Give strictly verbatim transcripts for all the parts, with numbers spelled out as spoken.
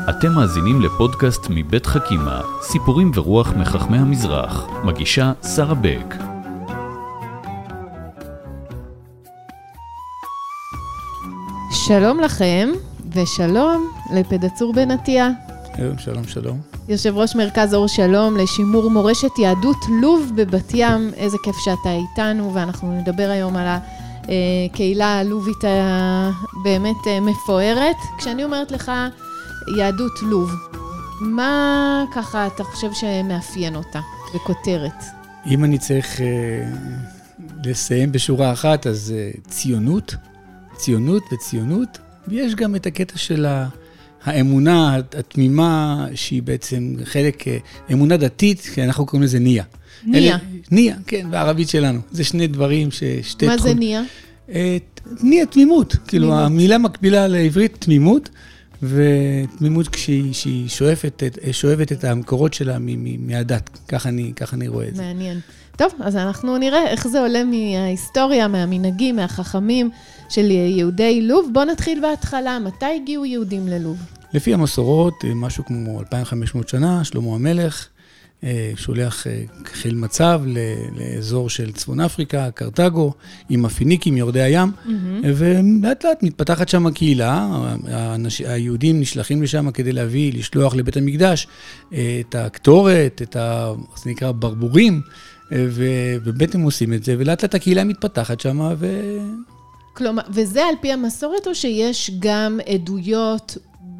אתם מאזינים לפודקאסט מבית חכימה, סיפורים ורוח מחכמי המזרח, מגישה שרה בק. שלום לכם, ושלום לפדצור בן עטיה. שלום, שלום, שלום. יושב ראש מרכז אור שלום לשימור מורשת יהדות לוב בבת ים. איזה כיף שאתה איתנו, ואנחנו נדבר היום על הקהילה הלובית הבאמת מפוארת. כשאני אומרת לך יהדות לוב, מה ככה אתה חושב שמאפיין אותה בכותרת? אם אני צריך אה, לסיים בשורה אחת, אז אה, ציונות, ציונות וציונות, ויש גם את הקטע של האמונה התמימה, שהיא בעצם חלק, אמונה דתית, כי אנחנו קוראים לזה ניה. ניה. אלה, ניה, כן, בערבית שלנו. זה שני דברים ששתי... מה תחום, זה ניה? אה, ניה, תמימות. תמימות. כאילו, המילה מקבילה לעברית, תמימות, ותמימות כשהיא שהיא שואפת, שואבת את המקורות שלה מהדת. ככה אני, ככה אני רואה את זה. מעניין. טוב, אז אנחנו נראה איך זה עולה מההיסטוריה, מהמנהגים, מהחכמים של יהודי לוב. בואו נתחיל בהתחלה. מתי הגיעו יהודים ללוב? לפי המסורות, משהו כמו אלפיים וחמש מאות שנה, שלמה המלך שולח חיל מצב לאזור של צפון אפריקה, קרתגו, עם הפיניקים, יורדי הים, ולאט לאט מתפתחת שם הקהילה, היהודים נשלחים לשם כדי להביא, לשלוח לבית המקדש את הקטורת, את ה... זה נקרא ברבורים, ובאמת הם עושים את זה, ולאט לאט הקהילה מתפתחת שם, ו... כלומר, וזה על פי המסורת, או שיש גם עדויות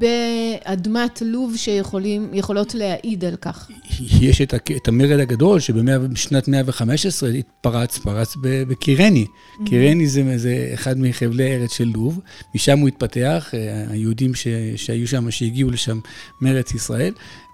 באדמת לוב שיכולות להעיד על כך? יש את, את המרד הגדול, שבשנת מאה וחמש עשרה התפרץ, פרץ בקירני. Mm-hmm. קירני זה, זה אחד מחבלי ארץ של לוב, משם הוא התפתח, היהודים ש, שהיו שם, שהגיעו לשם מארץ ישראל,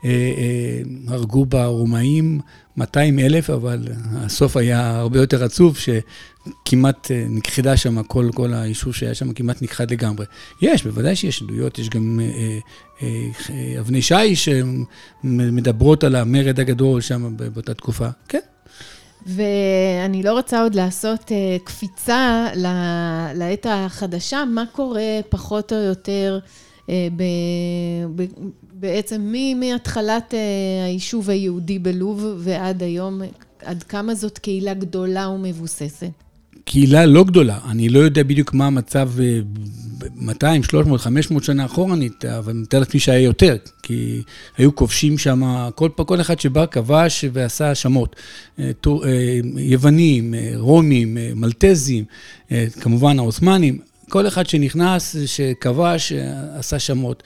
הרגו ברומאים מאתיים אלף, אבל הסוף היה הרבה יותר עצוב, שכמעט נכחדה שם, כל, כל היישוב שהיה שם כמעט נכחד לגמרי. יש, בוודאי שיש עדויות, יש גם אה, אה, אבני שיש שמדברות על המרד הגדול שם באותה תקופה, כן. ואני לא רוצה עוד לעשות אה, קפיצה לעת החדשה, מה קורה פחות או יותר אה, ב, ב, בעצם מהתחלת אה, היישוב היהודי בלוב ועד היום, עד כמה זאת קהילה גדולה ומבוססת? קהילה לא גדולה, אני לא יודע בדיוק מה המצב מאתיים, שלוש מאות, חמש מאות שנה אחורנית, אבל אני מתאר לעצמי שהיה יותר, כי היו כובשים שם, כל, כל אחד שבא כבש ועשה שמות, יוונים, רומים, מלטזים, כמובן העות'מאנים, כל אחד שנכנס, שכבש, עשה שמות,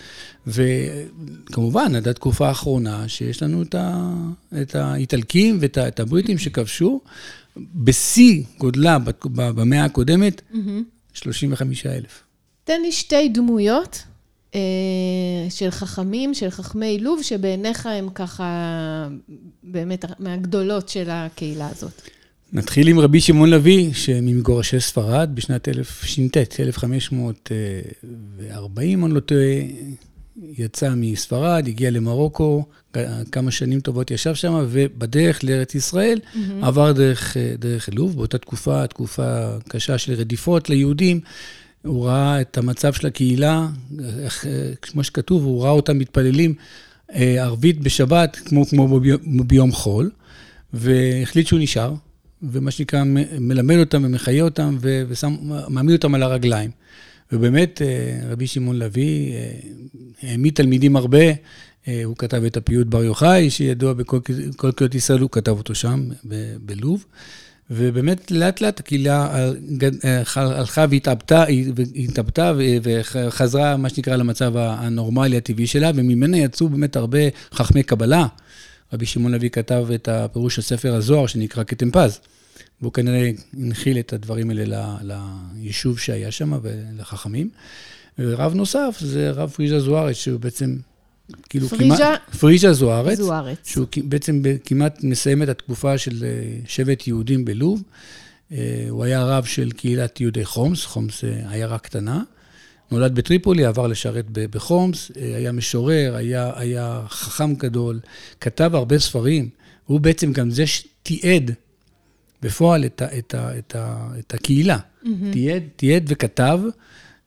וכמובן, עד התקופה האחרונה, שיש לנו את, ה, את האיטלקים ואת ה, את הבריטים שכבשו, בשיא גודלה במאה הקודמת, mm-hmm. שלושים וחמישה אלף. תן לי שתי דמויות אה, של חכמים, של חכמי לוב, שבעיניך הם ככה באמת מהגדולות של הקהילה הזאת. נתחיל עם רבי שמעון לוי, שממגורשי ספרד, בשנת אלף ש"ט, אלף חמש מאות וארבעים, אני לא טועה, יצא מספרד, הגיע למרוקו, כמה שנים טובות ישב שם, ובדרך לארץ ישראל, mm-hmm. עבר דרך, דרך לוב, באותה תקופה, תקופה קשה של רדיפות ליהודים, הוא ראה את המצב של הקהילה, כמו שכתוב, הוא ראה אותם מתפללים ערבית בשבת, כמו, כמו ביום חול, והחליט שהוא נשאר, ומה שנקרא, מלמד אותם ומחיה אותם, ומעמיד אותם על הרגליים. ובאמת, רבי שמעון לוי העמיד תלמידים הרבה, הוא כתב את הפיוט בר יוחאי, שידוע בכל כל קהילות ישראל, הוא כתב אותו שם, ב- בלוב, ובאמת לאט לאט הקהילה הלכה והתאבטה, והתאבטה וחזרה, מה שנקרא, למצב הנורמלי, הטבעי שלה, וממנה יצאו באמת הרבה חכמי קבלה. רבי שמעון לוי כתב את הפירוש הספר הזוהר, שנקרא כתם פז, והוא כנראה הנחיל את הדברים האלה ליישוב שהיה שם ולחכמים. ורב נוסף זה רב פריז'ה זוארץ, שהוא בעצם כאילו פריז'ה, כמעט, פריז'ה זוארץ, זוארץ, שהוא בעצם כמעט מסיים את התקופה של שבט יהודים בלוב. הוא היה רב של קהילת יהודי חומס, חומס עיירה קטנה, נולד בטריפולי, עבר לשרת בחומס, היה משורר, היה, היה חכם גדול, כתב הרבה ספרים, הוא בעצם גם זה שתיעד בפועל את, ה, את, ה, את, ה, את הקהילה, mm-hmm. תיעד, תיעד וכתב,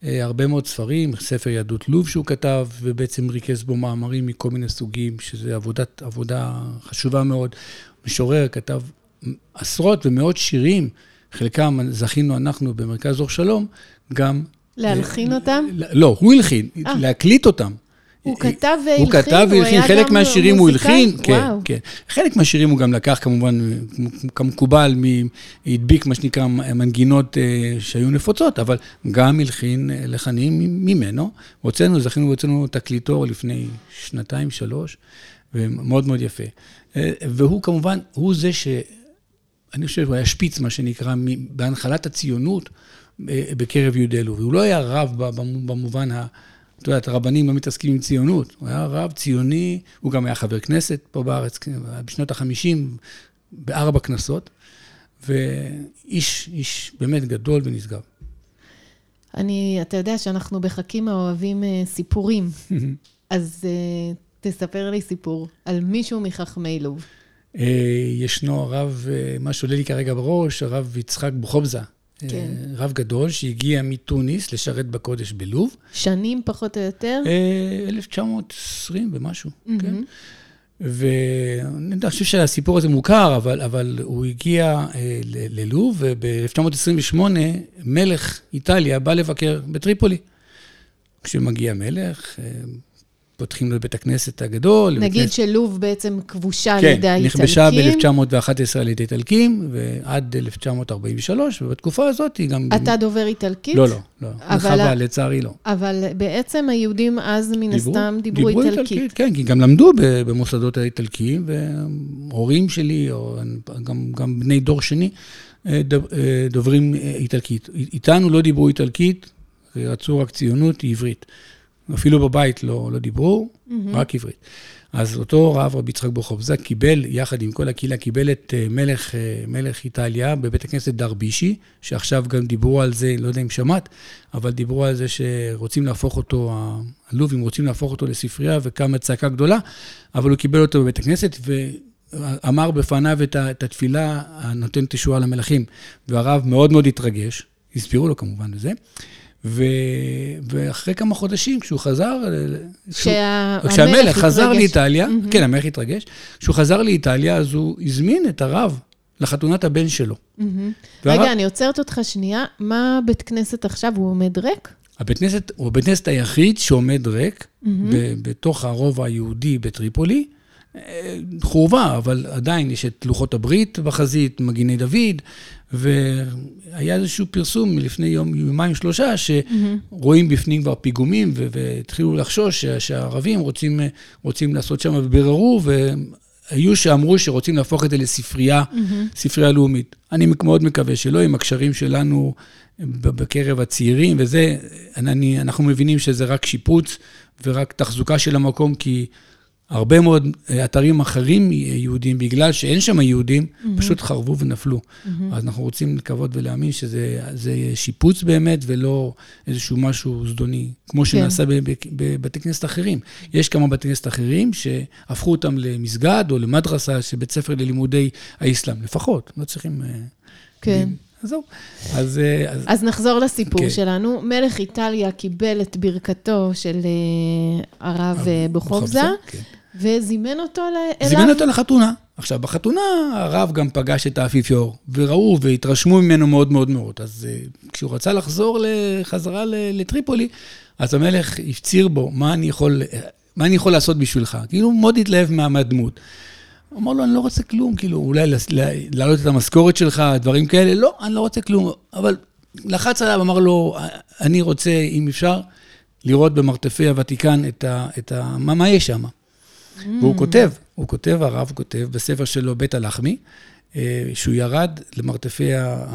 הרבה מאוד ספרים, ספר יהדות לוב שהוא כתב, ובעצם ריכז בו מאמרים מכל מיני סוגים, שזה עבודת, עבודה חשובה מאוד. משורר כתב עשרות ומאות שירים, חלקם זכינו אנחנו במרכז אור שלום, גם... להלחין אותם? לא, הוא הלחין, להקליט אותם. הוא כתב והלחין? הוא כתב והלחין, חלק מהשירים הוא הלחין, כן, כן. חלק מהשירים הוא גם לקח כמובן, כמקובל, הדביק מה שנקרא מנגינות שהיו נפוצות, אבל גם הלחין לחנים ממנו. הוצאנו, זכינו והוצאנו תקליטור לפני שנתיים, שלוש, ומאוד מאוד יפה. והוא כמובן, הוא זה ש... אני חושב, הוא היה שפיץ, מה שנקרא, בהנחלת הציונות בקרב יהודינו, והוא לא היה רב במובן ה... אתה יודע, הרבנים לא מתעסקים עם ציונות, הוא היה רב ציוני, הוא גם היה חבר כנסת פה בארץ, בשנות החמישים, בארבע כנסות, ואיש, איש באמת גדול ונשגב. אני, אתה יודע שאנחנו בחכימה אוהבים סיפורים, אז תספר לי סיפור על מישהו מחכמי לוב. ישנו הרב, מה שעולה לי כרגע בראש, הרב יצחק בוכובזה, כן. רב גדול שהגיע מתוניס לשרת בקודש בלוב. שנים פחות או יותר? אלף תשע מאות עשרים ומשהו, mm-hmm. כן. ואני חושב שהסיפור הזה מוכר, אבל, אבל הוא הגיע ל- ללוב, וב-אלף תשע מאות עשרים ושמונה מלך איטליה בא לבקר בטריפולי. כשמגיע מלך... פותחים לו בבית הכנסת הגדול. נגיד בכנס... שלוב בעצם כבושה על ידי האיטלקים. כן, נכבשה ב-אלף תשע מאות ואחת עשרה על ידי איטלקים, ועד אלף תשע מאות ארבעים ושלוש, ובתקופה הזאת היא גם... אתה דובר איטלקית? לא, לא, לא. חבל, לצערי לא. אבל בעצם היהודים אז מן הסתם דיברו איטלקית. דיברו איטלקית, כן, כי גם למדו במוסדות האיטלקיים, והורים שלי, או גם, גם בני דור שני, דוברים איטלקית. איתנו לא דיברו איטלקית, רצו רק ציונות, עברית. אפילו בבית לא, לא דיברו, mm-hmm. רק עברית. אז אותו רב רבי יצחק בוכובזה קיבל, יחד עם כל הקהילה, קיבל את מלך, מלך איטליה בבית הכנסת דרבישי, שעכשיו גם דיברו על זה, לא יודע אם שמעת, אבל דיברו על זה שרוצים להפוך אותו, הלובים רוצים להפוך אותו לספרייה, וקמה צעקה גדולה, אבל הוא קיבל אותו בבית הכנסת, ואמר בפניו את, את התפילה הנותנת תשועה למלכים, והרב מאוד מאוד התרגש, הסבירו לו כמובן לזה, ו... ואחרי כמה חודשים, כשהוא חזר, שה... כשהמלך חזר התרגש. לאיטליה, mm-hmm. כן, המלך התרגש, כשהוא חזר לאיטליה, אז הוא הזמין את הרב לחתונת הבן שלו. Mm-hmm. והרב... רגע, אני עוצרת אותך שנייה, מה בית כנסת עכשיו, הוא עומד ריק? הבית כנסת, הוא הבית כנסת היחיד שעומד ריק, mm-hmm. ב... בתוך הרובע היהודי בטריפולי, חורבה, אבל עדיין יש את לוחות הברית בחזית, מגיני דוד, והיה איזשהו פרסום מלפני יום, יומיים שלושה, שרואים בפנים כבר פיגומים, והתחילו לחשוש שהערבים רוצים, רוצים לעשות שם ובררו, והיו שאמרו שרוצים להפוך את זה לספרייה, ספרייה לאומית. אני מאוד מקווה שלא, עם הקשרים שלנו בקרב הצעירים, וזה, אני, אנחנו מבינים שזה רק שיפוץ, ורק תחזוקה של המקום, כי הרבה מאוד אתרים אחרים יהודים, בגלל שאין שם יהודים, mm-hmm. פשוט חרבו ונפלו. Mm-hmm. אז אנחנו רוצים לקוות ולהאמין שזה זה שיפוץ באמת, ולא איזשהו משהו זדוני, כמו שנעשה כן. בבתי כנסת אחרים. יש כמה בתי כנסת אחרים שהפכו אותם למסגד, או למדרסה, שבית ספר ללימודי האסלאם, לפחות. לא צריכים... כן. אז זהו. אז, אז, אז נחזור לסיפור כן. שלנו. מלך איטליה קיבל את ברכתו של הרב בוכובזה, כן. וזימן אותו אליו. זימן אותו לחתונה. עכשיו, בחתונה הרב גם פגש את האפיפיור, וראו והתרשמו ממנו מאוד מאוד מאוד. אז כשהוא רצה לחזור לחזרה לטריפולי, אז המלך הפציר בו, מה אני יכול, מה אני יכול לעשות בשבילך? כאילו, מאוד התלהב מהדמות. הוא אמר לו, אני לא רוצה כלום, כאילו, אולי להעלות את המשכורת שלך, דברים כאלה. לא, אני לא רוצה כלום. אבל לחץ עליו, אמר לו, אני רוצה, אם אפשר, לראות במרתפי הוותיקן את ה, את ה, מה, מה יש שם. Mm. והוא כותב, הוא כותב, הרב כותב, בספר שלו, בית הלחמי, שהוא ירד למרתפי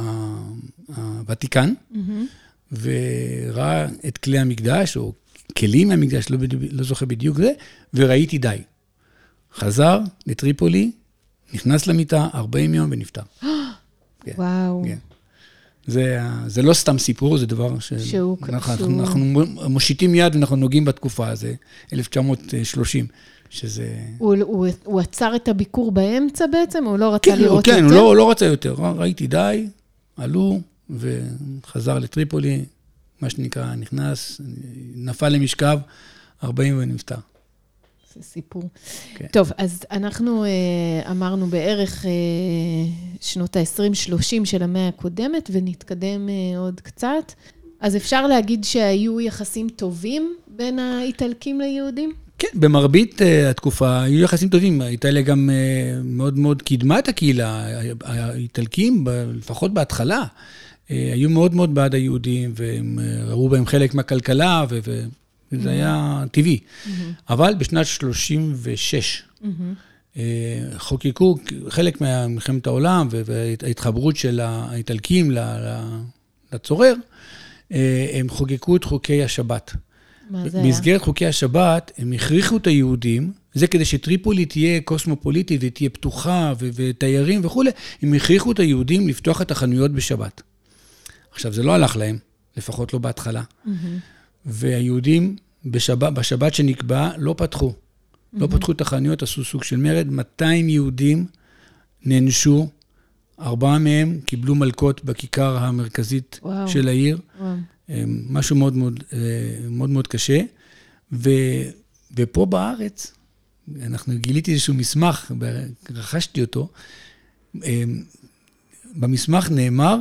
הוותיקן, mm-hmm. וראה את כלי המקדש, או כלים מהמקדש, לא, לא זוכר בדיוק זה, וראיתי די. חזר לטריפולי, נכנס למיטה, ארבעים יום ונפטר. וואו. כן. זה, זה לא סתם סיפור, זה דבר ש... שהוא... אנחנו, אנחנו מושיטים יד ואנחנו נוגעים בתקופה הזה, אלף תשע מאות שלושים, שזה... הוא, הוא, הוא עצר את הביקור באמצע בעצם? הוא לא רצה כן, לראות כן, יותר? כן, הוא לא, לא רצה יותר. ראיתי די, עלו וחזר לטריפולי, מה שנקרא, נכנס, נפל למשכב, ארבעים ונפטר. זה סיפור. Okay. טוב, אז אנחנו uh, אמרנו בערך uh, שנות ה-עשרים שלושים של המאה הקודמת, ונתקדם uh, עוד קצת. אז אפשר להגיד שהיו יחסים טובים בין האיטלקים ליהודים? כן, במרבית uh, התקופה היו יחסים טובים. איטליה גם uh, מאוד מאוד קידמה את הקהילה. האיטלקים, ב- לפחות בהתחלה, uh, היו מאוד מאוד בעד היהודים, והם uh, ראו בהם חלק מהכלכלה, ו... ו- זה היה טבעי. אבל בשנת שלושים ושש, חוקקו חלק ממלחמת העולם וההתחברות של האיטלקים לצורר, הם חוקקו את חוקי השבת. מה זה היה? במסגרת חוקי השבת, הם הכריחו את היהודים, זה כדי שטריפולי תהיה קוסמופוליטית ותהיה פתוחה ותיירים וכו', הם הכריחו את היהודים לפתוח את החנויות בשבת. עכשיו, זה לא הלך להם, לפחות לא בהתחלה. והיהודים בשבת, בשבת שנקבע לא פתחו. Mm-hmm. לא פתחו את החנויות, עשו סוג של מרד. מאתיים יהודים נענשו, ארבעה מהם קיבלו מלכות בכיכר המרכזית וואו. של העיר. וואו. משהו מאוד מאוד, מאוד, מאוד קשה. ו, ופה בארץ, אנחנו גיליתי איזשהו מסמך, רכשתי אותו, במסמך נאמר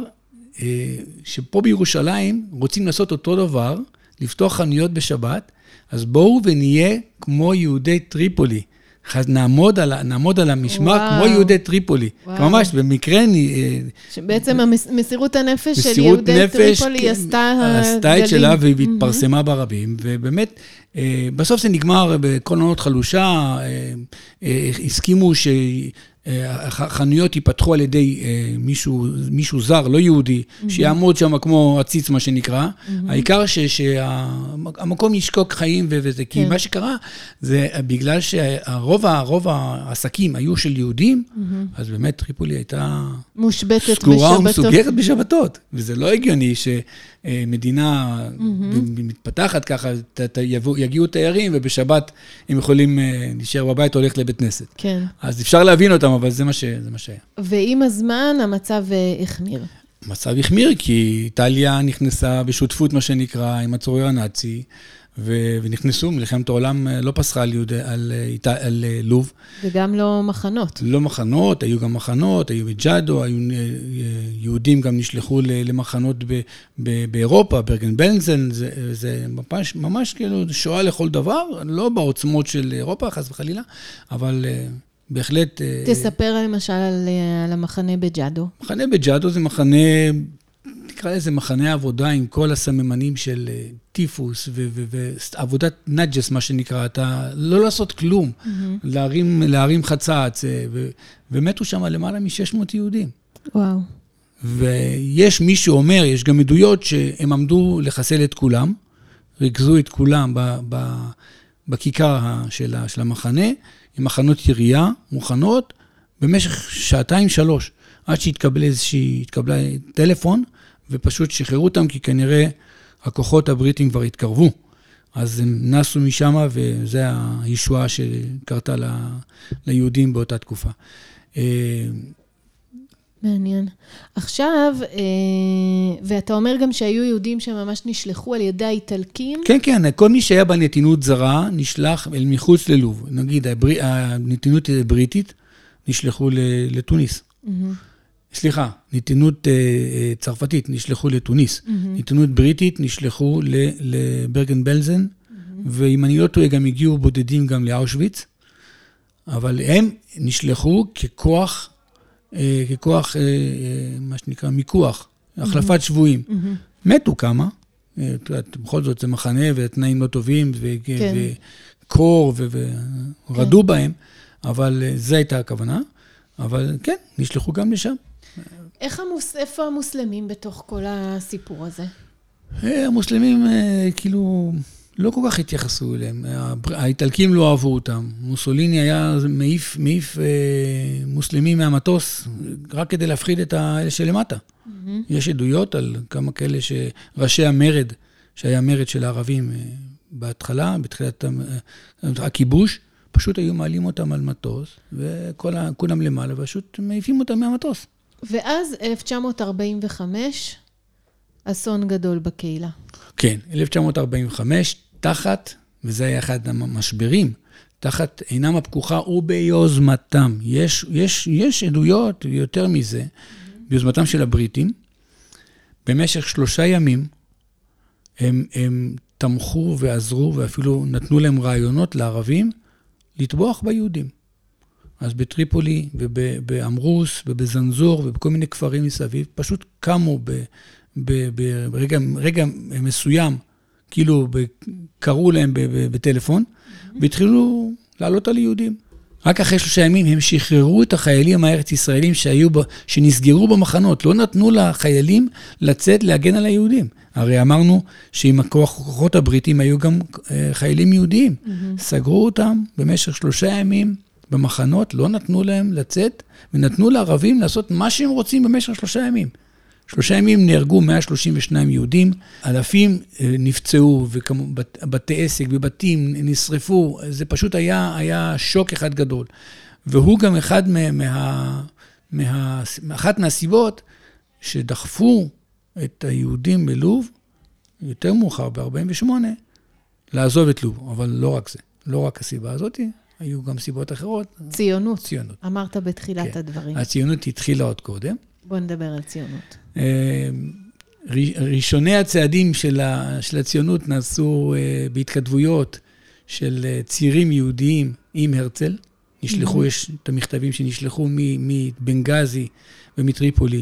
שפה בירושלים רוצים לעשות אותו דבר, לפתוח חנויות בשבת, אז בואו ונהיה כמו יהודי טריפולי. נעמוד על, נעמוד על המשמר וואו. כמו יהודי טריפולי. וואו. ממש, במקרה... שבעצם מסירות הנפש של יהודי נפש, טריפולי כן, עשתה עשתה את שלה והתפרסמה mm-hmm. ברבים, ובאמת, בסוף זה נגמר בכל עונות חלושה, הסכימו ש... החנויות ייפתחו על ידי מישהו, מישהו זר, לא יהודי, mm-hmm. שיעמוד שם כמו הציץ, מה שנקרא. Mm-hmm. העיקר ש, שהמקום ישקוק חיים וזה, כי כן. מה שקרה, זה בגלל שהרוב הרוב העסקים היו של יהודים, mm-hmm. אז באמת טריפולי הייתה סגורה ומסוגרת בשבתות. וזה לא הגיוני שמדינה mm-hmm. מתפתחת ככה, יגיעו תיירים, ובשבת הם יכולים להישאר בבית או הולך לבית כנסת. כן. אז אפשר להבין אותם, אבל זה מה ש... זה מה שהיה. ועם הזמן המצב החמיר. המצב החמיר, כי איטליה נכנסה בשותפות, מה שנקרא, עם הצורר הנאצי, ו... ונכנסו, מלחמת העולם לא פסחה על, יהוד... על... על... על לוב. וגם לא מחנות. לא מחנות, היו גם מחנות, היו בג'אדו, היו יהודים גם נשלחו למחנות ב... ב... באירופה, ברגן בלזן, זה, זה ממש, ממש כאילו שואה לכל דבר, לא בעוצמות של אירופה, חס וחלילה, אבל... בהחלט... תספר למשל על, על המחנה בג'אדו. מחנה בג'אדו זה מחנה, נקרא לזה מחנה עבודה עם כל הסממנים של טיפוס ועבודת נג'ס, מה שנקרא, אתה לא לעשות כלום, mm-hmm. להרים, להרים חצץ, ו, ומתו שם למעלה מ-שש מאות יהודים. וואו. ויש מי שאומר, יש גם עדויות שהם עמדו לחסל את כולם, ריכזו את כולם ב, ב, בכיכר של, של המחנה, עם מחנות ירייה, מוכנות, במשך שעתיים שלוש, עד שהתקבל איזושהי, התקבלה טלפון, ופשוט שחררו אותם, כי כנראה הכוחות הבריטים כבר התקרבו. אז הם נסו משם, וזה הישועה שקרתה ל, ליהודים באותה תקופה. מעניין. עכשיו, ואתה אומר גם שהיו יהודים שממש נשלחו על ידי האיטלקים? כן, כן, כל מי שהיה בנתינות זרה נשלח אל מחוץ ללוב. נגיד, הנתינות הבריטית נשלחו לתוניס. סליחה, נתינות צרפתית נשלחו לתוניס. נתינות בריטית נשלחו לברגן בלזן, ואם אני לא טועה, גם הגיעו בודדים גם לאושוויץ, אבל הם נשלחו ככוח... ככוח, מה שנקרא, מיקוח, החלפת שבויים. מתו כמה, בכל זאת זה מחנה ותנאים לא טובים, וקור, ורדו בהם, אבל זו הייתה הכוונה, אבל כן, נשלחו גם לשם. איפה המוסלמים בתוך כל הסיפור הזה? המוסלמים כאילו... לא כל כך התייחסו אליהם. האיטלקים לא אהבו אותם. מוסוליני היה מעיף, מעיף אה, מוסלמים מהמטוס, רק כדי להפחיד את האלה שלמטה. Mm-hmm. יש עדויות על כמה כאלה שראשי המרד, שהיה מרד של הערבים אה, בהתחלה, בתחילת אה, הכיבוש, פשוט היו מעלים אותם על מטוס, וכולם למעלה, פשוט מעיפים אותם מהמטוס. ואז אלף תשע מאות ארבעים וחמש... אסון גדול בקהילה. כן, אלף תשע מאות ארבעים וחמש, תחת, וזה היה אחד המשברים, תחת עינם הפקוחה וביוזמתם. יש, יש, יש עדויות יותר מזה, ביוזמתם של הבריטים, במשך שלושה ימים, הם, הם תמכו ועזרו, ואפילו נתנו להם רעיונות לערבים, לטבוח ביהודים. אז בטריפולי ובאמרוס ובזנזור ובכל מיני כפרים מסביב, פשוט קמו ב, ב, ב, ברגע, ברגע מסוים, כאילו קראו להם בטלפון, והתחילו לעלות על יהודים. רק אחרי שלושה ימים הם שחררו את החיילים הארץ ישראלים שהיו, שנסגרו במחנות, לא נתנו לחיילים לצאת להגן על היהודים. הרי אמרנו שעם הכוחות הבריטים היו גם חיילים יהודיים. Mm-hmm. סגרו אותם במשך שלושה ימים במחנות, לא נתנו להם לצאת, ונתנו לערבים לעשות מה שהם רוצים במשך שלושה ימים. שלושה ימים נהרגו מאה שלושים ושניים יהודים, אלפים נפצעו, ובתי עסק, בבתים נשרפו, זה פשוט היה, היה שוק אחד גדול. והוא גם אחד מה, מה, מה, אחת מהסיבות שדחפו את היהודים בלוב, יותר מאוחר, ב-ארבעים ושמונה, לעזוב את לוב, אבל לא רק זה, לא רק הסיבה הזאת, היו גם סיבות אחרות. ציונות. ציונות. אמרת בתחילת כן. הדברים. הציונות התחילה עוד קודם. בוא נדבר על ציונות. ראשוני הצעדים של הציונות נעשו בהתכתבויות של צעירים יהודיים עם הרצל. נשלחו, יש את המכתבים שנשלחו מבנגזי ומטריפולי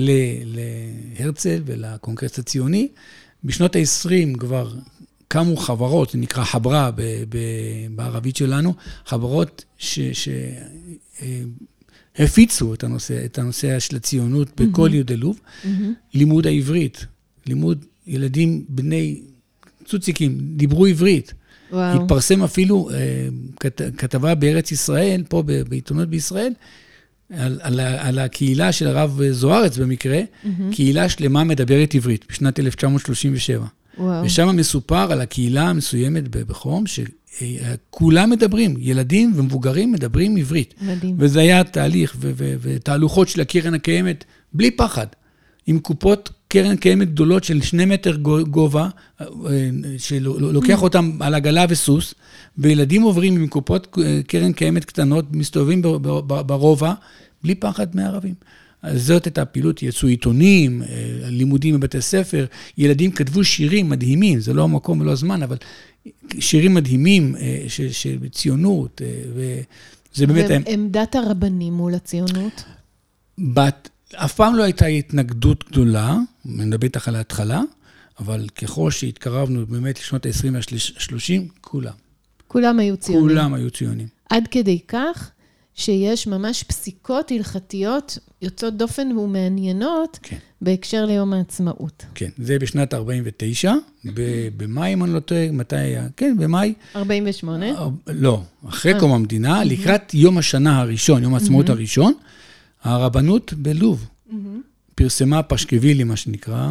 להרצל ולקונגרס הציוני. בשנות ה-עשרים כבר קמו חברות, זה נקרא חברה בערבית שלנו, חברות ש... הפיצו את הנושא, את הנושא של הציונות בכל יהודי לוב, לימוד העברית, לימוד ילדים בני צוציקים, דיברו עברית. התפרסם אפילו כתבה בארץ ישראל, פה בעיתונות בישראל, על, על, על הקהילה של הרב זוארץ במקרה, קהילה שלמה מדברת עברית, בשנת אלף תשע מאות שלושים ושבע. ושם מסופר על הקהילה המסוימת בחום, שכולם מדברים, ילדים ומבוגרים מדברים עברית. מדהים. וזה היה תהליך ותהלוכות של הקרן הקיימת, בלי פחד, עם קופות קרן קיימת גדולות של שני מטר גובה, שלוקח אותם על עגלה וסוס, וילדים עוברים עם קופות קרן קיימת קטנות, מסתובבים ברובע, בלי פחד מערבים. אז זאת הייתה פעילות, יצאו עיתונים, לימודים בבתי ספר, ילדים כתבו שירים מדהימים, זה לא המקום ולא הזמן, אבל שירים מדהימים של ציונות, וזה באמת... ועמדת הרבנים מול הציונות? בת, אף פעם לא הייתה התנגדות גדולה, נדבר איתך על ההתחלה, אבל ככל שהתקרבנו באמת לשנות ה-עשרים וה-שלושים, כולם. כולם היו ציונים. כולם היו ציונים. עד כדי כך שיש ממש פסיקות הלכתיות יוצאות דופן ומעניינות כן. בהקשר ליום העצמאות. כן, זה בשנת ארבעים ותשע, במאי, אם אני לא טועה, מתי היה? כן, במאי. ארבעים ושמונה? לא, אחרי קום המדינה, לקראת יום השנה הראשון, יום העצמאות הראשון, הרבנות בלוב פרסמה פשקווילי, מה שנקרא,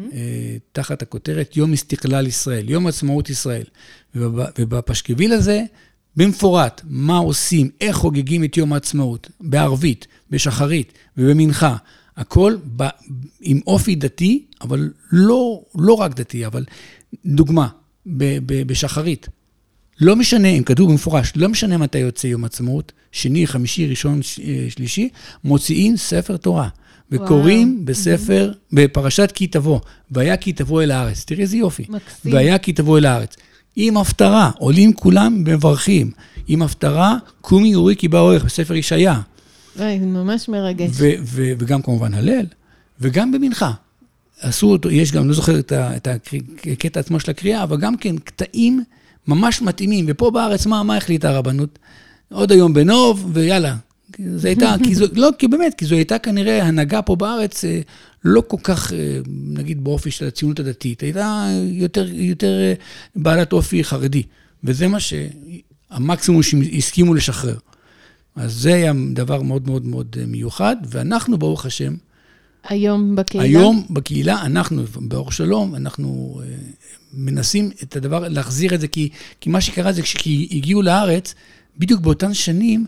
תחת הכותרת יום הסתכלל ישראל, יום עצמאות ישראל. ובפשקוויל הזה, במפורט, מה עושים, איך חוגגים את יום העצמאות, בערבית, בשחרית ובמנחה, הכל ב, עם אופי דתי, אבל לא, לא רק דתי, אבל דוגמה, ב, ב, בשחרית. לא משנה, אם כתוב במפורש, לא משנה מתי יוצא יום העצמאות, שני, חמישי, ראשון, שלישי, מוציאים ספר תורה, וקוראים וואו. בספר, mm-hmm. בפרשת כי תבוא, והיה כי תבוא אל הארץ, תראי איזה יופי, מקסים. והיה כי תבוא אל הארץ. עם הפטרה, עולים כולם מברכים, עם הפטרה, קומי אורי כי בא אורך, בספר ישעיה. זה ממש מרגש. ו- ו- וגם כמובן הלל, וגם במנחה. עשו אותו, יש גם, לא זוכר את, ה- את הקטע עצמו של הקריאה, אבל גם כן קטעים ממש מתאימים, ופה בארץ מה, מה החליטה הרבנות? עוד היום בנוב, ויאללה. זה הייתה, כי זו, לא, כי באמת, כי זו הייתה כנראה הנהגה פה בארץ, לא כל כך, נגיד, באופי של הציונות הדתית, הייתה יותר, יותר בעלת אופי חרדי, וזה מה שהמקסימום שהסכימו לשחרר. אז זה היה דבר מאוד מאוד מאוד מיוחד, ואנחנו, ברוך השם, היום בקהילה? היום בקהילה, אנחנו, באור שלום, אנחנו מנסים את הדבר, להחזיר את זה, כי, כי מה שקרה זה, כשהגיעו לארץ, בדיוק באותן שנים,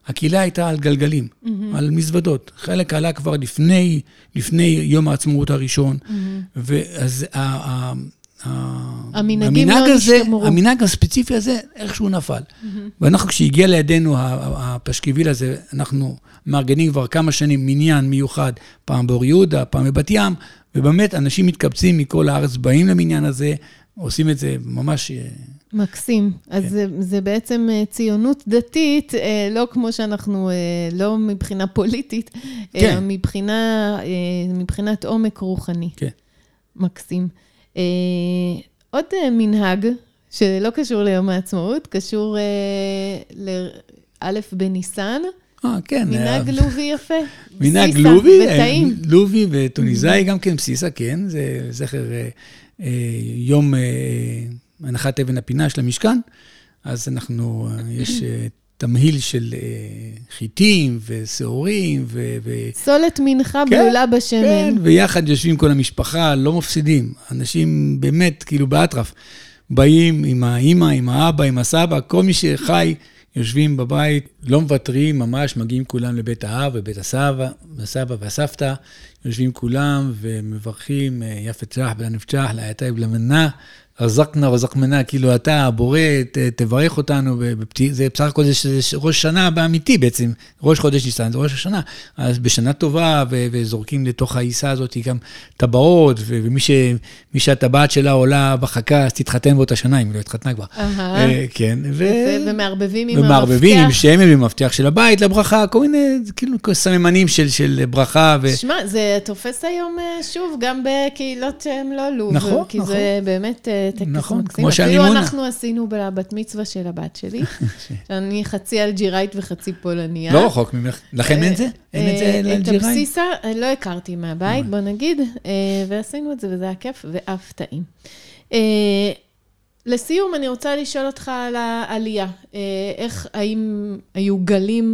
הקהילה הייתה על גלגלים, mm-hmm. על מזוודות. חלק עלה כבר לפני, לפני יום העצמאות הראשון, mm-hmm. ואז ה, ה, ה, המנהגים המנהג לא הזה, נשתמרו. המנהג הספציפי הזה, איכשהו נפל. Mm-hmm. ואנחנו, כשהגיע לידינו הפשקיביל הזה, אנחנו מארגנים כבר כמה שנים מניין מיוחד, פעם באור יהודה, פעם בבת ים, ובאמת אנשים מתקבצים מכל הארץ, באים למניין הזה, עושים את זה ממש... מקסים. אז זה, זה בעצם ציונות דתית, לא כמו שאנחנו, לא מבחינה פוליטית, אלא מבחינה, מבחינת עומק רוחני. כן. מקסים. עוד מנהג, שלא קשור ליום העצמאות, קשור לאלף בניסן, אה, כן. מנהג לובי יפה. מנהג לובי, לובי וטוניסאי גם כן, בסיסה, כן, זה זכר יום הנחת אבן הפינה של המשכן, אז אנחנו, יש תמהיל של חיטים ושעורים ו... סולת מנחה בלולה בשמן. כן, ויחד יושבים כל המשפחה, לא מפסידים. אנשים באמת, כאילו באטרף, באים עם האמא, עם האבא, עם הסבא, כל מי שחי, יושבים בבית, לא מוותרים, ממש מגיעים כולם לבית האב ובית הסבא, הסבא והסבתא, יושבים כולם ומברכים, יפת שח בלנפצ'ח, להייתה בלמנה, רזקנה, רזקמנה, כאילו אתה, הבורא, תברך אותנו, זה בסך הכל זה ראש שנה באמיתי בעצם, ראש חודש ניסן, זה ראש השנה, אז בשנה טובה, וזורקים לתוך העיסה הזאת גם טבעות, ומי שהטבעת שלה עולה בחכה, אז תתחתן באותה שנה, אם היא לא התחתנה כבר. כן. ומערבבים עם המפתח. ומערבבים עם שמן במפתח של הבית לברכה, כל מיני, כאילו, סממנים של ברכה. שמע, זה תופס היום שוב, גם בקהילות שהן לא לוב. נכון, כי זה באמת... נכון, כמו אפילו אנחנו עשינו בבת מצווה של הבת שלי, שאני חצי אלג'יראית וחצי פולניה. לא רחוק ממך, לכם אין זה? אין את זה לאלג'יראית? את הבסיסה לא הכרתי מהבית, בוא נגיד, ועשינו את זה וזה היה כיף ואף טעים. לסיום אני רוצה לשאול אותך על העלייה, איך, האם היו גלים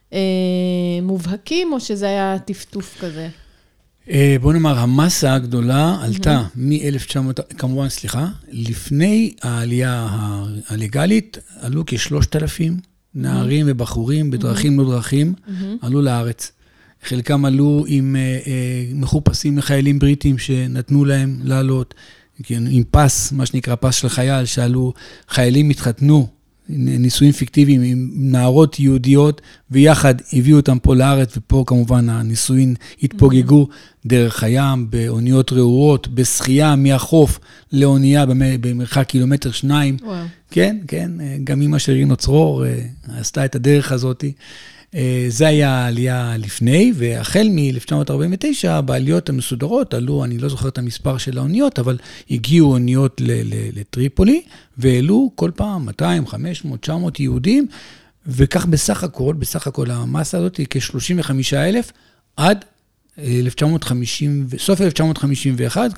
מובהקים או שזה היה טפטוף כזה? בוא נאמר, המסה הגדולה עלתה מ-אלף תשע מאות, כמובן, סליחה, לפני העלייה הלגלית, עלו כשלושת אלפים נערים ובחורים בדרכים לא דרכים, עלו לארץ. חלקם עלו עם מחופשים לחיילים בריטים שנתנו להם לעלות, עם פס, מה שנקרא פס של חייל, שעלו, חיילים התחתנו, נישואים פיקטיביים עם נערות יהודיות, ויחד הביאו אותם פה לארץ, ופה כמובן הנישואים התפוגגו דרך הים, באוניות רעועות, בשחייה מהחוף לאונייה במרחק קילומטר שניים. וואו. כן, כן, גם אמא של רינו צרור עשתה את הדרך הזאת. זה היה העלייה לפני, והחל מ-אלף תשע מאות ארבעים ותשע, בעליות המסודרות עלו, אני לא זוכר את המספר של האוניות, אבל הגיעו אוניות לטריפולי, והעלו כל פעם מאתיים, חמש מאות, תשע מאות יהודים, וכך בסך הכל, בסך הכל המסה הזאת היא כ-שלושים וחמישה אלף, עד אלף תשע מאות חמישים, סוף אלף תשע מאות חמישים ואחת,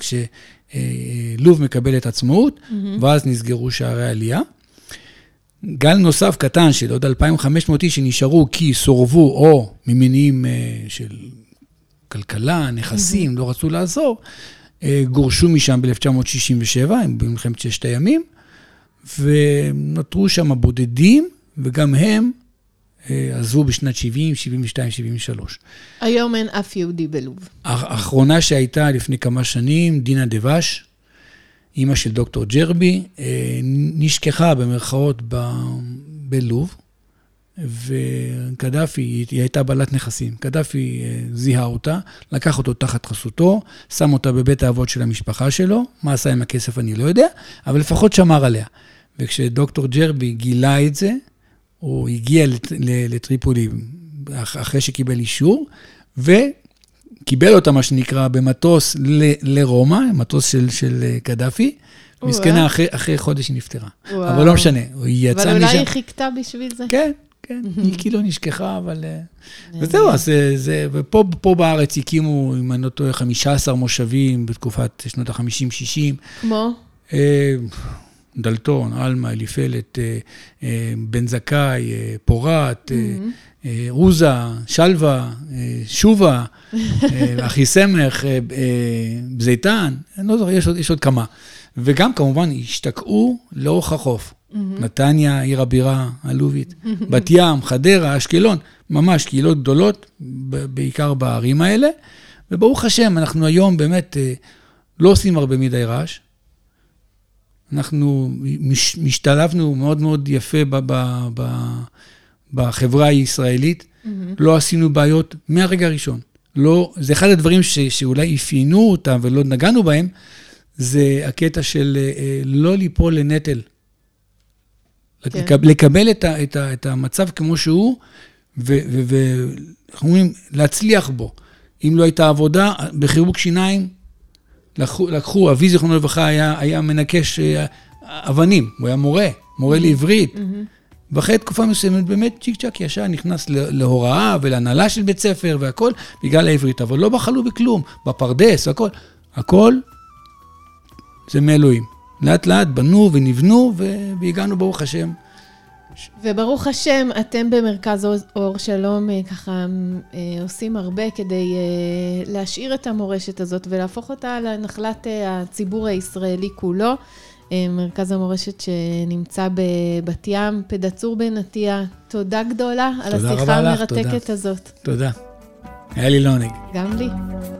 כשלוב מקבל את עצמאות, ואז נסגרו שערי העלייה. גל נוסף קטן של עוד אלפיים וחמש מאות איש שנשארו כי סורבו או ממניעים של כלכלה, נכסים, לא רצו לעזור, גורשו משם ב-אלף תשע מאות שישים ושבע, במלחמת ששת הימים, ונותרו שם בודדים, וגם הם עזבו בשנת שבעים, שבעים ושתיים, שבעים ושלוש. היום אין אף יהודי בלוב. האחרונה שהייתה לפני כמה שנים, דינה דבש, אמא של דוקטור ג'רבי, נשכחה במרכאות בלוב, וקדאפי, היא הייתה בעלת נכסים. קדאפי זיהה אותה, לקח אותו תחת חסותו, שם אותה בבית האבות של המשפחה שלו, מה עשה עם הכסף אני לא יודע, אבל לפחות שמר עליה. וכשדוקטור ג'רבי גילה את זה, הוא הגיע לטריפולי אחרי שקיבל אישור, ו... קיבל אותה, מה שנקרא, במטוס ל- לרומא, מטוס של, של קדאפי, מסכנה אחרי, אחרי חודש היא נפטרה. וואו. אבל לא משנה, היא יצאה משם. אבל אולי היא חיכתה בשביל זה. כן, כן, היא כאילו נשכחה, אבל... וזהו, אז זה, ופה פה בארץ הקימו, אם אני לא טועה, חמישה עשר מושבים בתקופת שנות ה-חמישים שישים. כמו? דלתון, אלמה, אליפלת, בן זכאי, פורת, רוזה, שלווה, שובה, אחי סמך, זיתן, אני לא זוכר, יש, יש עוד כמה. וגם כמובן השתקעו לאורך החוף. נתניה, עיר הבירה הלובית, בת ים, חדרה, אשקלון, ממש קהילות גדולות, בעיקר בערים האלה, וברוך השם, אנחנו היום באמת לא עושים הרבה מדי רעש, אנחנו מש, משתלבנו מאוד מאוד יפה ב, ב, ב, בחברה הישראלית, mm-hmm. לא עשינו בעיות מהרגע הראשון. לא, זה אחד הדברים ש, שאולי אפיינו אותם ולא נגענו בהם, זה הקטע של לא ליפול לנטל. כן. לקבל, לקבל את, ה, את, ה, את המצב כמו שהוא, ואנחנו אומרים להצליח בו. אם לא הייתה עבודה, בחירוק שיניים, לקחו, לקחו, אבי זיכרונו לברכה היה, היה מנקש אבנים, הוא היה מורה, מורה mm-hmm. לעברית. Mm-hmm. ואחרי תקופה מסוימת, באמת צ'יק צ'ק ישר נכנס להוראה ולהנהלה של בית ספר והכל, בגלל העברית, אבל לא בחלו בכלום, בפרדס והכל. הכל זה מאלוהים. לאט לאט בנו ונבנו והגענו ברוך השם. וברוך השם, אתם במרכז אור שלום ככה עושים הרבה כדי להשאיר את המורשת הזאת ולהפוך אותה לנחלת הציבור הישראלי כולו. מרכז המורשת שנמצא בבת ים, פדצור בנתיה. תודה גדולה על השיחה המרתקת הזאת. תודה. היה לי לעונג. גם לי.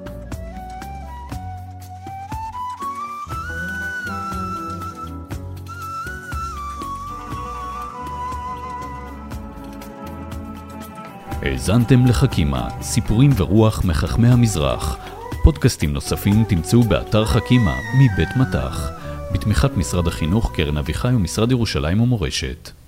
האזנתם לחכימה, סיפורים ורוח מחכמי המזרח. פודקאסטים נוספים תמצאו באתר חכימה מבית מטח, בתמיכת משרד החינוך, קרן אביחי ומשרד ירושלים ומורשת.